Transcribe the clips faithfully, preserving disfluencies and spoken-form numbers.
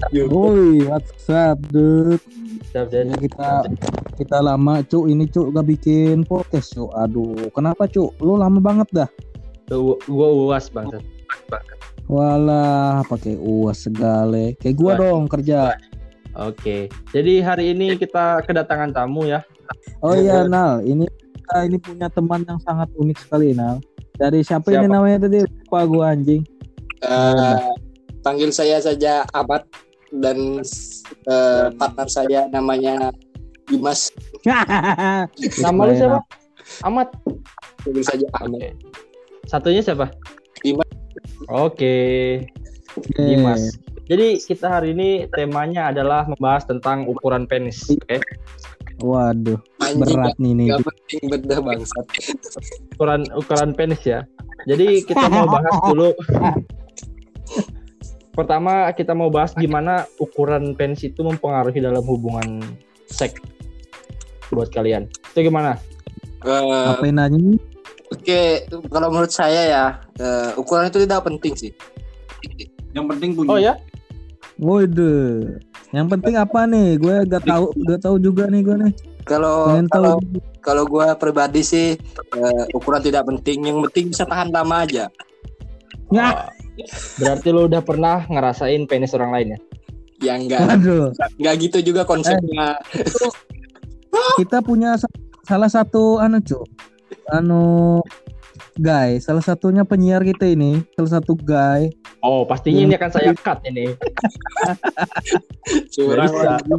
Woi, what's up, dude? Siap, jadi kita kita lama, cuk. Ini cuk gak bikin podcast, cuk. Aduh, kenapa, cuk? Lu lama banget dah. Tuh, gua uas bang. Walah, pakai uas segala. Kayak gua Uas. dong kerja. Oke, jadi hari ini kita kedatangan tamu ya. Oh iya, Nal. Ini kita ini punya teman yang sangat unik sekali, Nal. Dari siapa, Siapa? ini namanya tadi? Lupa gua anjing. Uh, panggil saya saja Ahmad dan uh, partner saya namanya Dimas. Nama lu siapa? Amat. Panggil saja Ahmad. Satunya siapa? Dimas. Oke, Dimas. Jadi kita hari ini temanya adalah membahas tentang ukuran penis. Oke. Waduh, Anjing, berat nih nih. Gak penting bedah bangsat. Ukuran ukuran penis ya. Jadi kita mau bahas dulu. Pertama kita mau bahas gimana ukuran penis itu mempengaruhi dalam hubungan seks buat kalian. Itu gimana? Uh, Apa yang nanya? Oke, okay. Kalau menurut saya ya uh, ukuran itu tidak penting sih. Yang penting punya. Oh ya? Waduh. Yang penting apa nih? Gue gak tahu, gak tahu juga nih gue nih. Kalau Pengen kalau tahu. kalau gue pribadi sih uh, ukuran tidak penting. Yang penting bisa tahan lama aja. Ya. Berarti lo udah pernah ngerasain penis orang lain ya? Ya enggak. Waduh. Enggak gitu juga konsepnya. Eh, kita punya sa- salah satu anu, Cuk. Anu guy, salah satunya penyiar kita ini, salah satu guy. Oh, pastinya ini akan saya cut ini. Curang.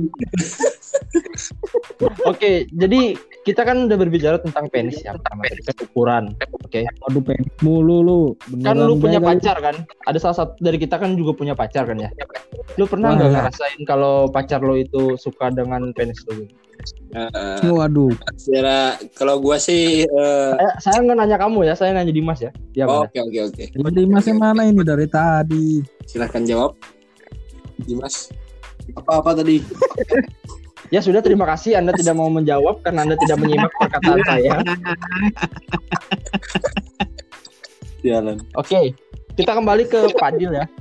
Oke, jadi kita kan udah berbicara tentang penis ya, pertama tadi kan ukuran. Oke. Waduh, pengen mulu lu. Kan Beneran lu punya guy, pacar kan? Ada salah satu dari kita kan juga punya pacar kan ya? Lu pernah nggak Wah. ngerasain kalau pacar lo itu suka dengan penis lo? Uh, guys. Waduh. Secara kalau gua sih uh, Eh, saya nggak nanya kamu ya, saya nanya Dimas ya. Ya oh, mana? oke oke oke. Jadi masih mana ini dari tadi? Silahkan jawab, Dimas. Apa-apa tadi? Ya sudah, terima kasih Anda tidak mau menjawab karena Anda tidak menyimak perkataan saya. Jalan. Oke, kita kembali ke Fadil ya.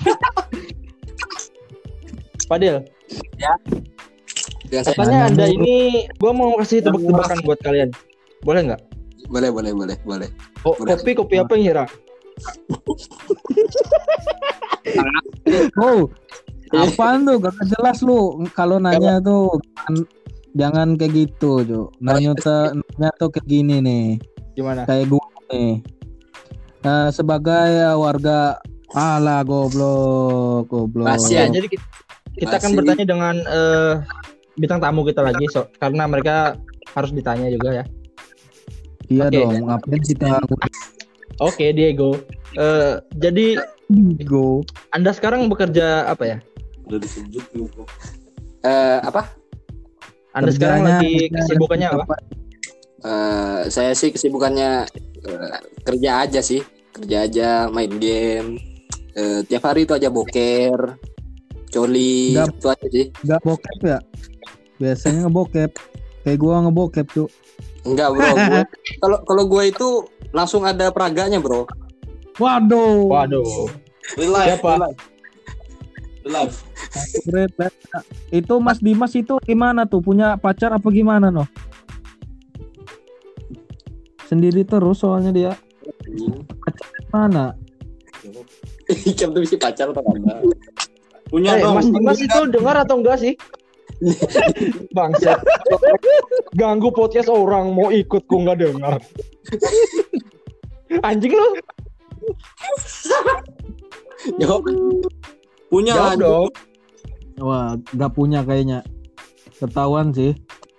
Fadil, Dengan saya. katanya Anda ini, gua mau kasih tebak-tebakan buat kalian. Boleh nggak? Boleh boleh boleh boleh. Oh, Boleh. kopi kopi apa yang Hira? Oh. Apaan tuh? Gak jelas lu. Kalau nanya tuh jangan, jangan kayak gitu, Cuk. Nanya tuh, nanya tuh kayak gini nih. Gimana? Kayak gue nih. Nah, sebagai warga alah goblok, goblok. Masih Ya, aja. jadi kita, kita akan Masih. bertanya dengan eh, bintang tamu kita lagi, so, karena mereka harus ditanya juga ya. Iya Oke. dong, ngapain kita Oke, Diego. Eh, jadi go? Anda sekarang bekerja apa ya? Udah disebut tuh. Eh apa? Anda sekarang Kerjanya- lagi kesibukannya apa? Eh saya sih kesibukannya eh, kerja aja sih, kerja aja, main game. Eh, tiap hari itu aja boker, coli, Nggak- itu aja sih. Gak bokep ya? Biasanya ngebokep. Kayak gua ngebokep tuh. Enggak bro, gua, kalau kalau gue itu langsung ada peraganya bro. Waduh. Waduh. Relax, Siapa? relax. Relax. Keren, keren. Itu Mas Dimas itu gimana tuh? Punya pacar apa gimana noh? Sendiri terus soalnya dia. Mana? Ikan tuh bisa pacar atau enggak? Punya Eh, dong. Mas Dimas itu dengar atau enggak sih? Bangsat. Ganggu podcast orang, mau ikut kok nggak dengar. Anjing lu. Jawab. Punya Jawab lah. dong. Wah, gak punya kayaknya. Ketahuan sih.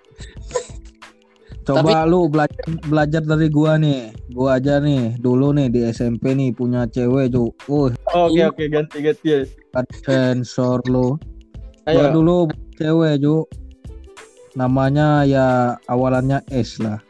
Coba lu belajar belajar dari gua nih. Gua aja nih dulu nih di S M P nih punya cewek tuh. Uh, Oke oke ganti ganti. kan sensor lu. Gua Ayo. dulu cewek tuh. Namanya ya awalannya S lah.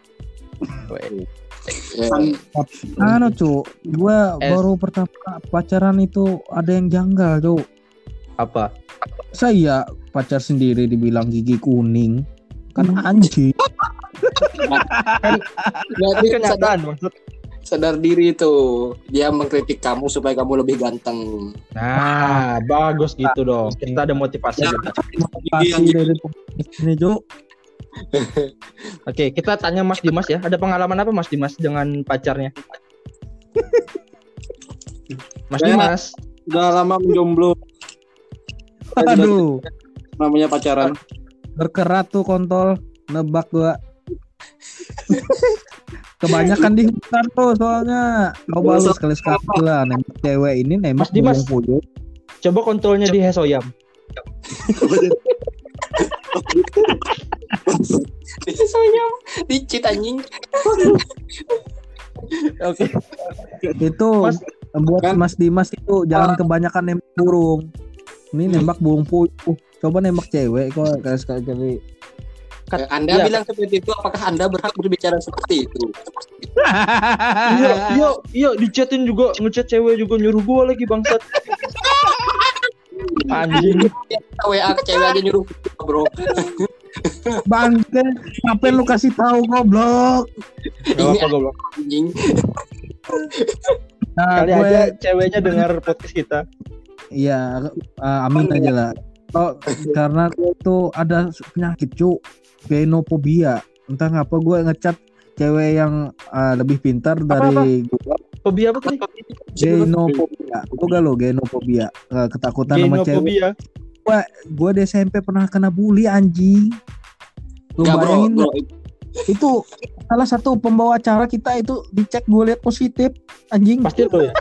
Eh, Anu cu, gua S. baru pertama pacaran itu ada yang janggal cu. Apa? Saya pacar sendiri dibilang gigi kuning, kan anjing. berarti Ini kenyataan maksud. sadar diri tuh. Dia mengkritik kamu supaya kamu lebih ganteng. Nah, bagus gitu dong. Kita ada motivasi. Ya. juga. Pasti dari ini Jo. Oke, kita tanya Mas Dimas ya. Ada pengalaman apa Mas Dimas dengan pacarnya? Mas Saya- Dimas. Udah lama menjomblo. Aduh, Namanya pacaran. berkerat tuh kontol nebak gua. Kebanyakan di hutan tuh soalnya. Coba lu sekali-sekali lah nembak cewek ini nembak Mas Dimas. puyuh. Coba kontrolnya di Hesoyam. Soalnya dicit anjing. Oke. Itu Mas- buat Kan- Mas Dimas itu jangan kebanyakan nembak burung. Ini nembak burung puyuh. Coba nembak cewek kok sekali-sekali. Eh, Anda Ya. bilang seperti itu, apakah Anda berhak berbicara seperti itu? Iya, iya, iya dichatin juga, ngechat cewek juga nyuruh gua lagi bangsat. Anjing. W A ke cewek aja nyuruh, bro. Bangke, ngapain lu kasih tahu goblok? Gak apa goblok. Anjing. Nah, Kali gue, aja ceweknya dengar podcast kita. iya, uh, amin aja lah. Oh, karena gue tuh ada penyakit cu, genofobia. Entah ngapa gue ngechat cewek yang uh, lebih pintar dari gue. Fobia apa tadi? Genofobia, gue gak lo genofobia, uh, ketakutan sama cewek. Genofobia. Gue di S M P pernah kena bully anjing. Lu Enggak, bro, bayangin bro. itu salah satu pembawa acara kita itu dicek gue lihat positif anjing. Pasti lo ya.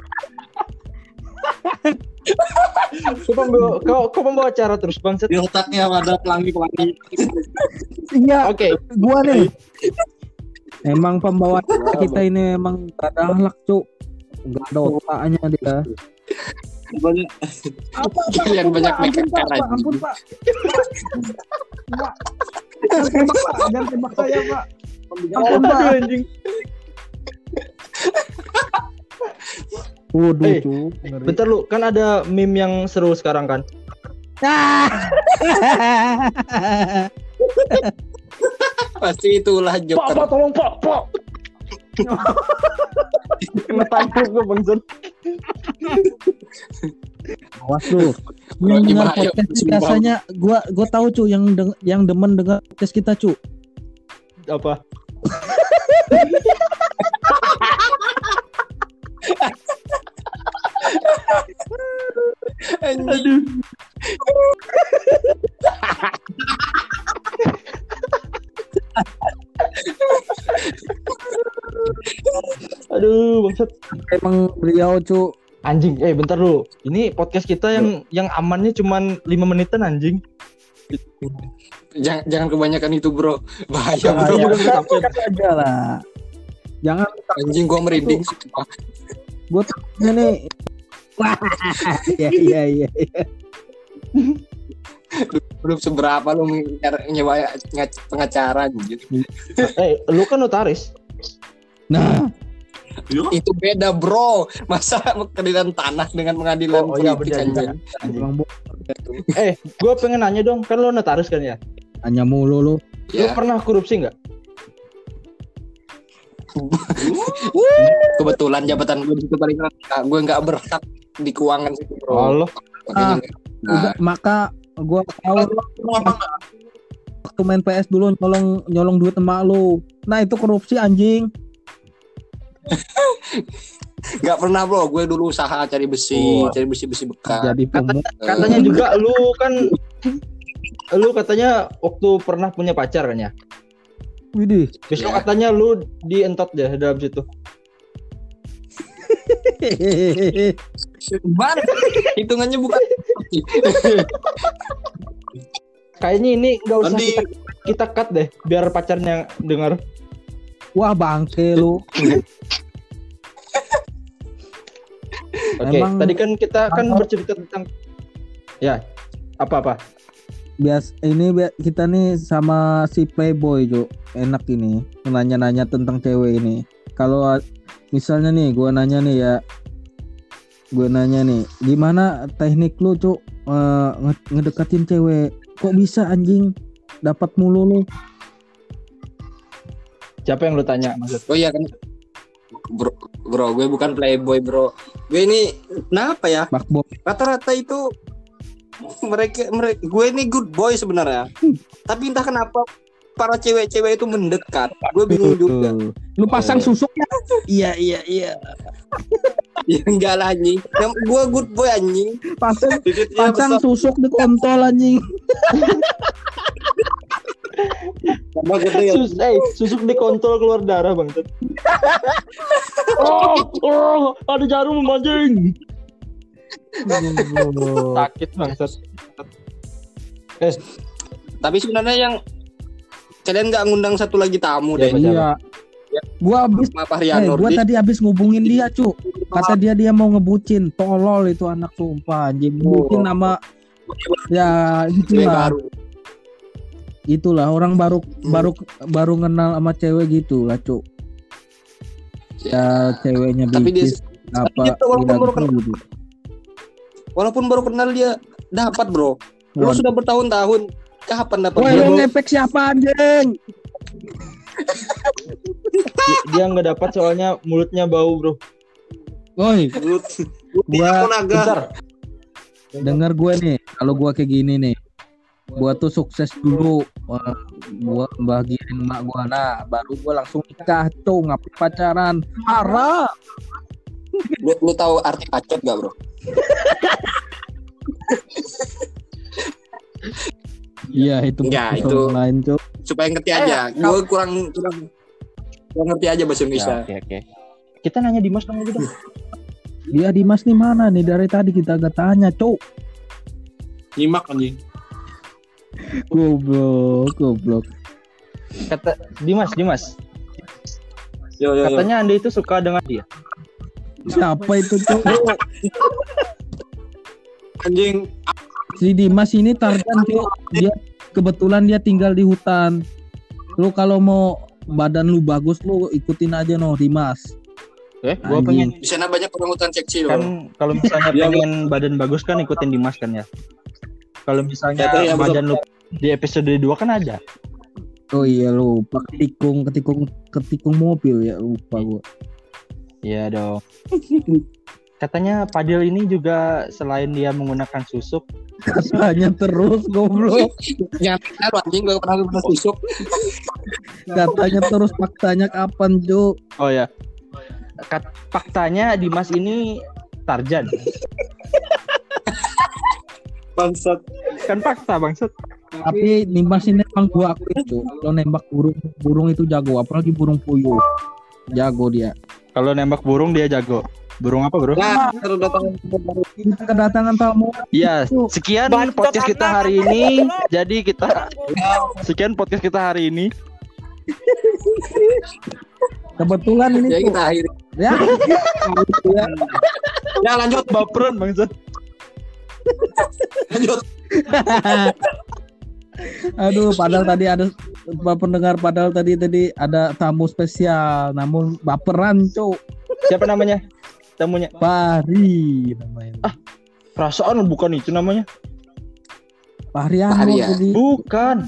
Kau pembawa, kau, kau pembawa acara terus bangsat. Di otaknya ada pelangi-pelangi. Iya, Oke, gua nih. Emang pembawa kita ini emang gak ada akhlak, Cuk. Enggak ada otaknya dia. Banyak. Apa, Kalian banyak make up Pak, anjing. ampun, Pak. Pak. Jangan tembak, Pak. Jangan tembak saya, Pak. Ampun, Pak. aduh anjing. Waduh, Eh, Cuk. Ngeri. Bentar lu, kan ada meme yang seru sekarang kan? Pasti itulah Pak, joker. pak, tolong pak, pak. Kena tangkap gue bangsat. Awas lu. Bro, Yang ini dengar bahaya, podcast sumpah. biasanya gua gua tahu, Cuk, yang deng- yang demen dengar podcast kita, Cuk. Apa? Aduh. Aduh, bangsat. Emang beliau, Cuk. Anjing, eh bentar dulu. Ini podcast kita yang yang amannya cuman lima menitan anjing. Jangan jangan kebanyakan itu, bro. Bahaya, Ah, bro. ya, udah kan, sampai. kan aja lah. Jangan Anjing gua merinding. sumpah. gue takutnya nih. Wah, iya iya iya. iya. Belum seberapa lu nge- nyewa nge- pengacara anjir. Eh, lu kan notaris. Nah, Itu beda, bro. Masa pengadilan tanah dengan pengadilan Oh, oh iya, politik benar, anjing. emang bu, Eh, gue pengen nanya dong, kan lu notaris kan ya? hanya mulu lu. Lu Ya, pernah korupsi nggak? kebetulan jabatan gue itu paling rendah. Gue nggak berhak di keuangan situ, bro. Allah. Makanya Ah. nggak- Nah, Udah, maka gua tahu waktu main P S dulu nyolong nyolong duit emak lu. Nah, itu korupsi anjing. nggak pernah, bro. Gue dulu usaha cari besi, Oh. cari besi-besi bekas. Jadi pemuda. Katanya juga lu kan lu katanya waktu pernah punya pacar kan ya? Widih. Terus Ya. katanya lu dientot deh dalam situ. Bar, hitungannya bukan. Kayaknya ini nggak usah Andi. kita, kita cut deh, biar pacarnya dengar. Wah, bangke lu. Oke, Emang- tadi kan kita kan Emang- bercerita tentang ya apa-apa. Bias ini bi- kita nih sama si Playboy, Cuk. Enak ini nanya-nanya tentang cewek ini. Kalau misalnya nih gua nanya nih ya. Gua nanya nih, gimana teknik lu, Cuk, eh, nge- ngedekatin cewek? Kok bisa anjing dapat mulu lu? Siapa yang lu tanya maksud? Oh iya kan, bro. bro, gue bukan playboy bro. Gue ini kenapa ya? Fuckboy. Rata-rata itu mereka mereka gue ini good boy sebenarnya. Tapi entah kenapa para cewek-cewek itu mendekat. Gue bingung juga. Lu pasang susuknya. Iya iya iya. Ya enggak lah anjing. Yang gue good boy anjing. Pasang Titiknya pasang besar. susuk di kontol anjing. Tambah gede ya. Sus, eh, susuk dikontrol keluar darah bang. Oh, oh, ada jarum memancing. Sakit bangsat. Eh, Tapi sebenarnya yang kalian nggak ngundang satu lagi tamu deh. Siapa, siapa? Iya. Gua abis Sama eh, Pahrianur. gua tadi abis ngubungin dia, Cuk. Kata dia dia mau ngebucin. Tolol itu anak sumpah anjing. Ngebucin nama ya Cewek itulah. baru. Itulah orang baru baru baru kenal sama cewek gitu lah, Cuk. Ya ceweknya Tapi dia- bicis apa dia tuh walaupun tidak baru tahu kenal- gitu. Walaupun baru kenal dia dapat bro. Lo Waduh. sudah bertahun-tahun. Kapan dapat? Woi, Bro? lu ngepek siapa anjing? Dia- dia nggak dapat soalnya mulutnya bau bro. Woi, Mulut. gua naga. Bentar. denger gue nih, kalau gua kayak gini nih. Gua tuh sukses dulu. Wah, gua bahagiain emak gua, nah baru gua langsung nikah, Cuk. Ngapain pacaran? Haram. Lu, lu tahu arti pacot gak bro? Iya, itu Enggak, episode itu- lain, Cuk. Supaya ngerti aja. Gue kurang kurang kurang ngerti aja bahasa Indonesia. Ya, oke oke. Kita nanya Dimas dong gitu. Dia Dimas nih mana nih? Dari tadi kita gak tanya, Cuk. Nyimak anjing. Goblok, goblok. Kata Dimas, Dimas. Yo yo yo. Katanya Anda itu suka dengan dia. Siapa itu, Cuk? Anjing. Si Dimas ini Tarzan, Cuk. Dia kebetulan dia tinggal di hutan. Lu kalau mau badan lu bagus, lu ikutin aja no Dimas. Eh, gua Anjing. pengen Di sana banyak orang hutan seksi loh. kan kalau misalnya Iya, pengen badan bagus kan ikutin Dimas kan ya. Kalau misalnya Ya, tuh, ya, betul. badan lu di episode dua kan ada. Oh iya lupa ketikung ketikung ketikung mobil ya lupa gua. Iya dong. Katanya Padil ini juga selain dia menggunakan susuk, Katanya terus goblok. Nyata lu anjing gue pernah pernah susuk. Katanya terus faktanya kapan, Cuk? oh ya, kat- faktanya Dimas ini Tarzan. Bangsat. Kan fakta bangsat. Tapi Dimas ini emang gua akui, Cuk. Kalau nembak burung burung itu jago, apalagi burung puyuh. Jago dia. Kalau nembak burung dia jago. Burung apa bro? Nah, terus datang Kita kedatangan tamu. Iya, sekian podcast kita hari ini. Jadi kita sekian podcast kita hari ini. Kebetulan ini, Ya Cuk. kita akhiri. Ya. Ya lanjut, Baperan bangsat. lanjut. Aduh, padahal tadi ada pendengar padahal tadi tadi ada tamu spesial, namun baperan, Cuk. Siapa namanya? Tamunya. Fahri namanya. Perasaan bukan itu namanya. Fahri Fahri Anwar ya? tadi. Bukan.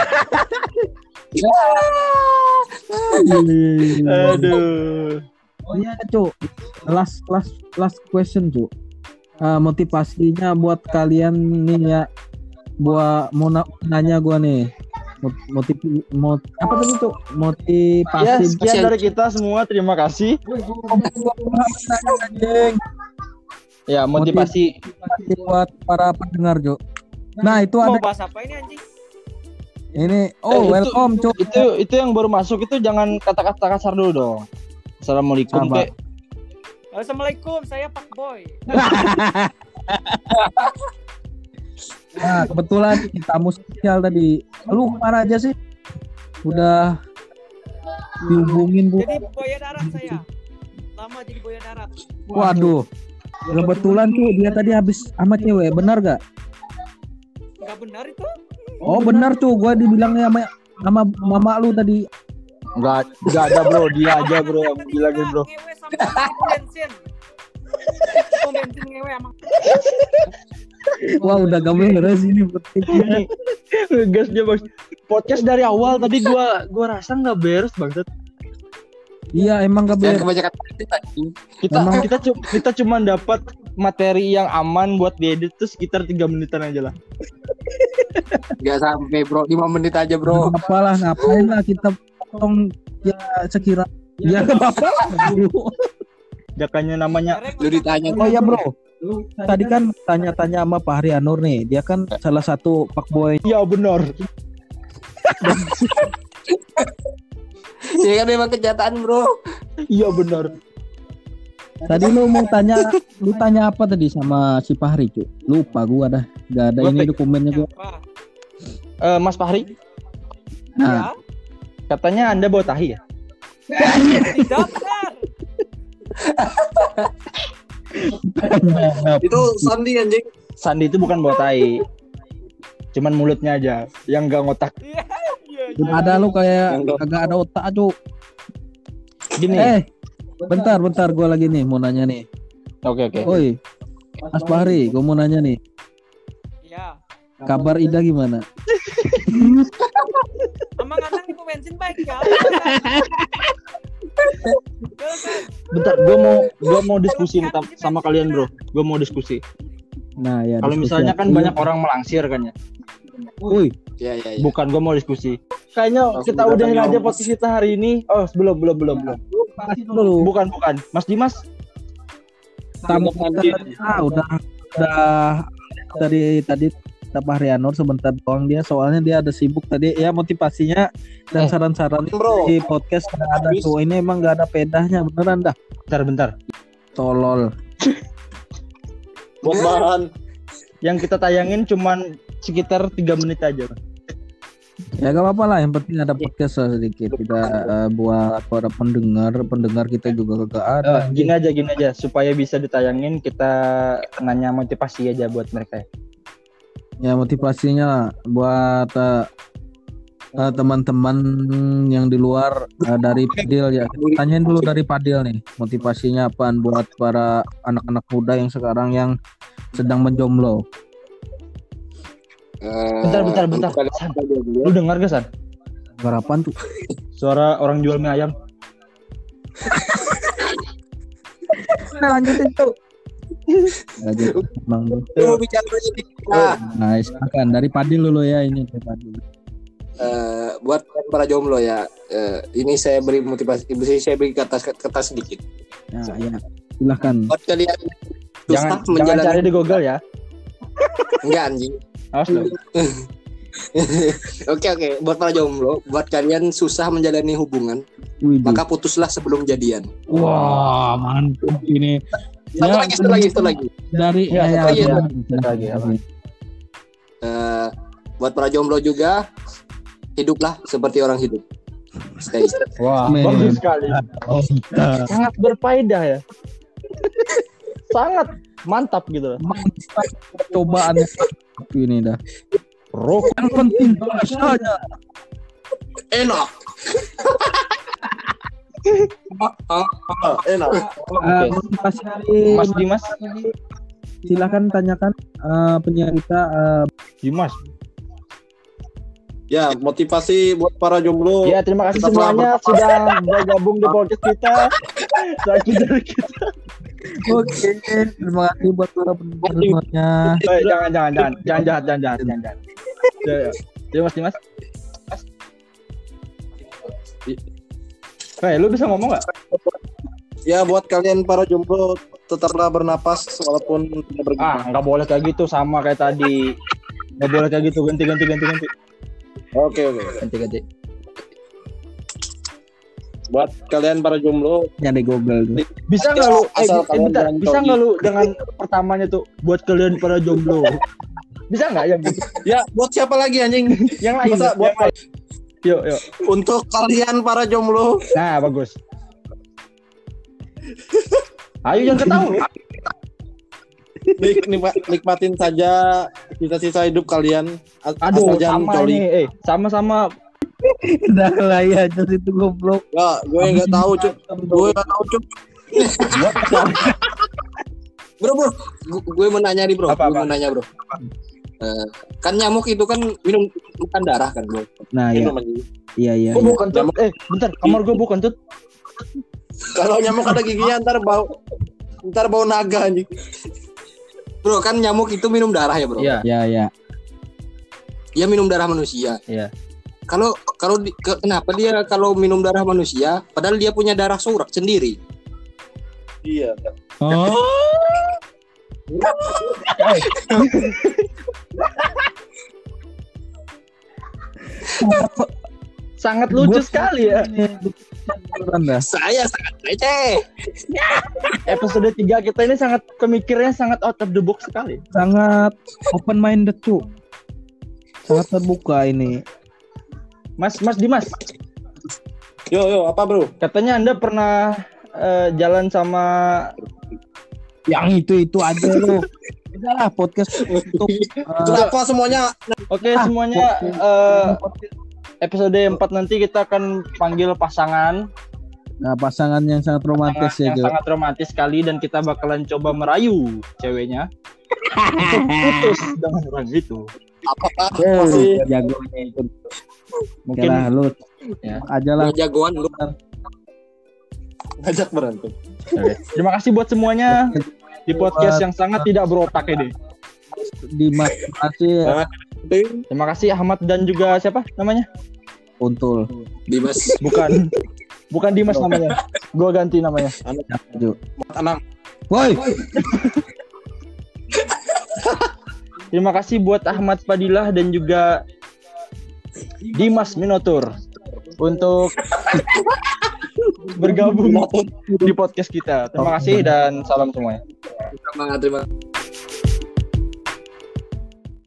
Aduh. Aduh. Oh iya, Cuk. Last last last question, Cuk. Ah, motivasinya buat kalian nih ya. Buat mau na- nanya gua nih. Mot- Motiv mot apa tadi, Cuk? Ya, Motivasi sekian dari kita semua. Terima kasih. anjing. Ya, motivasi. Motivasi buat para pendengar, Cuk. Nah, itu ada Mau bahas apa ini anjing? ini. Eh, Oh, itu- welcome, Cuk. Itu itu yang baru masuk itu jangan kata-kata kasar dulu dong. Assalamualaikum, Sama. kek. Assalamualaikum, saya Pak Boy. Nah, kebetulan tamu spesial tadi. Lu kemana aja sih? Udah dihubungin, Bu. Jadi boya darat saya. Lama jadi boya darat. Waduh. Kebetulan tuh dia tadi habis sama cewek, benar gak? Gak benar itu? Oh, benar tuh. Gua dibilangnya sama sama mama lu tadi. Enggak, enggak ada, Bro. Dia aja, Bro, yang bilangin, Bro. Ngewe sampai pom bensin. Pom bensin ngewe emang. Wah, udah gak beres ini petiknya. Gas dia, Bang. Podcast dari awal tadi gua gua rasa enggak beres, bangsat. Iya emang gak Jangan boleh. kebanyakan edit anjing. Kita Emang- kita cu- kita cuma dapat materi yang aman buat diedit tuh sekitar tiga menitan aja lah. Enggak sampai bro, lima menit aja bro. Gak apa-apa lah, ngapain lah kita potong ya sekira. Ya gak apa-apa lah. bro. Jakanya namanya Lu ditanya Oh ya bro, tadi kan tanya-tanya sama Pak Hari Anur nih, dia kan salah satu fuckboy. iya benar. ya kan memang kenyataan bro. Iya benar. Tadi lu mau tanya, lu tanya apa tadi sama si Pak Hari cu? Lupa gua dah, gak ada Gua ini pe- dokumennya gua. Apa? Eh, Mas Fahri, Nah, katanya Anda bawa tahi ya? Tidak benar. Itu Sandi anjing. Sandi itu bukan bawa tahi. Cuman mulutnya aja yang enggak ngotak. Iya, iya, iya. udah ada lu kayak kagak ada otak cu. Gini. Eh, bentar bentar gua lagi nih mau nanya nih. Oke oke. Oi, Mas Pak Hari, gua mau nanya nih, Iya. kabar Ida gimana? Amang anak ibu bensin baik ya. Bentar, gua mau gua mau diskusi nih tam- sama kalian, Bro. Gua mau diskusi. Nah ya. Kalau diskusi misalnya apa? kan Iya. banyak orang melangsir kan ya. Woi, Ya ya ya. Bukan, gua mau diskusi. Kayaknya Langsung kita datang udahin ya, aja Mas. podcast kita hari ini. Oh, belum belum belum belum. dulu Bukan bukan. Mas Dimas, tamu kita ah, udah udah dari tadi kita Pak Hari Anur sebentar doang dia, soalnya dia ada sibuk tadi ya, motivasinya dan Eh. saran-saran Bro. di podcast nggak ada tuh, ini emang nggak ada pedahnya beneran dah, bentar bentar. tolol. Buat bahan. Yang kita tayangin cuman sekitar tiga menit aja. Ya gak apa-apa lah, yang penting ada podcast lah sedikit kita eh, buat para pendengar pendengar kita juga gak ada. Eh, gini aja gini aja supaya bisa ditayangin, kita nanya motivasi aja buat mereka. Ya motivasinya buat eh, eh, teman-teman yang di luar eh, dari Padil ya, kita tanyain dulu dari Padil nih, motivasinya apaan buat para anak-anak muda yang sekarang yang sedang menjomblo. Eh, Bentar bentar bentar. untuk San, kalian dulu. lu dengar gak San? Garapan tuh. Suara orang jual mie ayam. Nah, lanjutin tuh. Lanjut, Bang Bro. Lu mau bicara ini. Nah, Nah, silakan dari Padil dulu ya, ini dari Padil. eh, buat para jomblo ya, eh, ini saya beri motivasi, saya beri kata kata sedikit. Ya, ya. Silakan. Buat kalian Jangan susah jangan menjalani, cari di Google ya. enggak anjing. Awas lu. Oke oke, buat para jomblo, buat kalian susah menjalani hubungan, Wih, maka putuslah sebelum jadian. wah, mantap ini. Satu Ya, lagi, satu lagi, satu lagi. Dari Ya, ya, satu lagi, ya, satu silakan. lagi, apa? Eh, buat para jomblo juga, hiduplah seperti orang hidup. Stay. Wah, Men. bagus sekali. Oh, kita. Sangat berfaedah ya. Sangat mantap gitu loh. Mantap cobaan ini dah. Rok Yang penting bahasanya. Enak. Ah, ah, enak. Eh, motivasi dari Mas Dimas. silakan tanyakan eh, penyiar kita eh, Dimas. Ya, motivasi buat para jomblo. Ya, terima kasih Tetaplah semuanya sudah bergabung di podcast kita. Sakit dari kita. Oke, terima kasih buat para pendengarnya. Eh, jangan jangan jangan jangan jahat jangan jahat jangan jahat. Ya, ya. Dimas Dimas. Mas. Hey, lu bisa ngomong nggak? Ya, buat kalian para jomblo tetaplah bernapas walaupun tidak berguna. Ah, nggak boleh kayak gitu, sama kayak tadi. Nggak boleh kayak gitu, ganti ganti ganti ganti Oke, oke. ganti ganti. Buat kalian para jomblo, Nyari Google dulu. Bisa nggak lu? Eh, Asal eh, kalian bentar. jangan Bisa cogi. nggak lu dengan pertamanya tuh buat kalian para jomblo? Bisa nggak yang gitu? ya buat siapa lagi anjing? Yang lain? Masa buat yang lain. Yuk yuk. untuk kalian para jomblo, Nah, bagus. Ayo jangan ketawa. nik- nik- nikmatin saja sisa-sisa hidup kalian. As- Aduh, asal jangan sama coli. ini. Eh, sama-sama. Udah lah ya, terus itu goblok. Ya, gue nggak tahu cuk. Gue nggak tahu cuk. Bro, bro, Gu- gue mau nanya nih bro, Apa, gue apa? mau nanya bro. Eh, kan nyamuk itu kan minum bukan darah kan bro? Nah, ya. Minum anjing. Iya, iya. Oh, iya. bukan tut. Eh, bentar. Kamar gue bukan tut. Kalau nyamuk ada giginya ntar bau ntar bau naga anjing. Bro, kan nyamuk itu minum darah ya, Bro? Iya. Ya ya. Dia minum darah manusia. Iya. Kalau kalau di, ke, kenapa dia kalau minum darah manusia padahal dia punya darah surak sendiri? Iya. Oh. Sangat lucu Gua- sekali ya. Anda. Saya sangat receh. Episode tiga kita ini sangat pemikirannya sangat out of the box sekali. Sangat open minded cu. Sangat terbuka ini. Mas Mas Dimas, Yo yo apa bro? katanya Anda pernah eh, jalan sama Yang itu itu aja lu. Udahlah podcast untuk uh, Kenapa semuanya? Oke Ah, semuanya eh, episode empat nanti kita akan panggil pasangan nah, pasangan yang sangat romantis ya, yang Jo. sangat romantis sekali dan kita bakalan coba merayu ceweknya untuk putus dengan orang itu. Eh, Masih jagonya itu. Mungkin Mungkin lu ya. aja lah. Jagoan lu. ngajak berantem. Oke. Terima kasih buat semuanya di podcast yang sangat tidak berotak ini. Dimas kasih Terima kasih Ahmad dan juga siapa namanya? Untul. Dimas. Bukan bukan Dimas namanya. Gua ganti namanya. Jo. Anang. Woi. Terima kasih buat Ahmad Fadilah dan juga Dimas Minotur untuk bergabung di podcast kita. Terima kasih dan salam semuanya. Terima terima